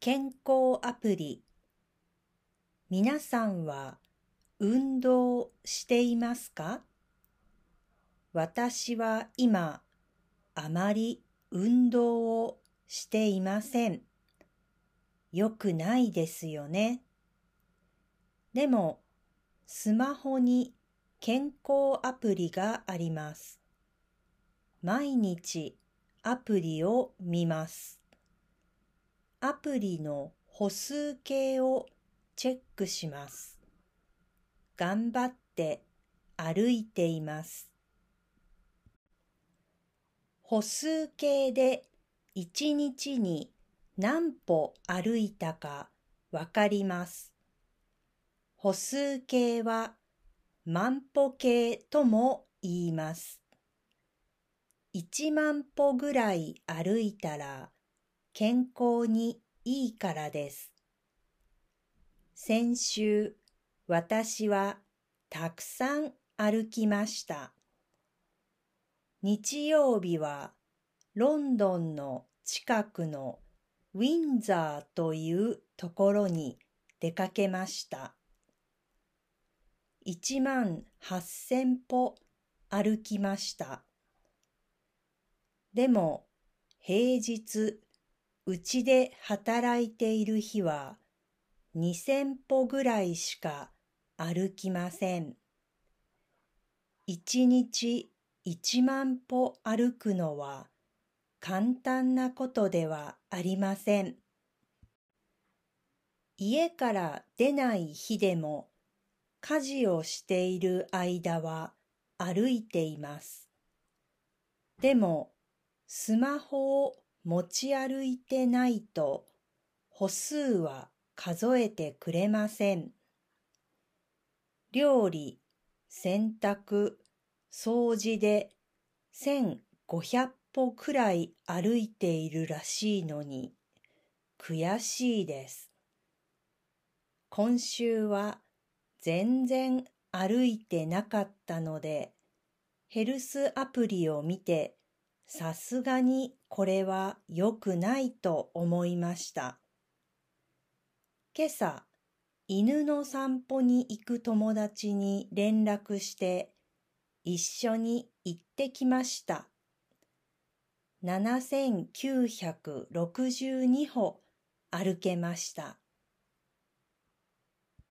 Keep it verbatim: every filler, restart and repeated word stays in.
健康アプリ。皆さんは運動していますか？私は今あまり運動をしていません。よくないですよね。でもスマホに健康アプリがあります。毎日アプリを見ます。アプリの歩数計をチェックします。頑張って歩いています。歩数計でいちにちに何歩歩いたかわかります。歩数計は万歩計とも言います。いちまん歩ぐらい歩いたら健康にいいからです。先週、私はたくさん歩きました。日曜日はロンドンの近くのウィンザーというところに出かけました。いちまんはっせん歩歩きました。でも平日うちで働いている日はにせん歩ぐらいしか歩きません。いちにちいちまん歩歩くのは簡単なことではありません。家から出ない日でも家事をしている間は歩いています。でもスマホを持ち歩いてないと歩数は数えてくれません。料理、洗濯、掃除でせんごひゃく歩くらい歩いているらしいのに悔しいです。今週は全然歩いてなかったのでヘルスアプリを見てさすがにこれは良くないと思いました。今朝、犬の散歩に行く友達に連絡して一緒に行ってきました。ななせんきゅうひゃくろくじゅうに歩歩けました。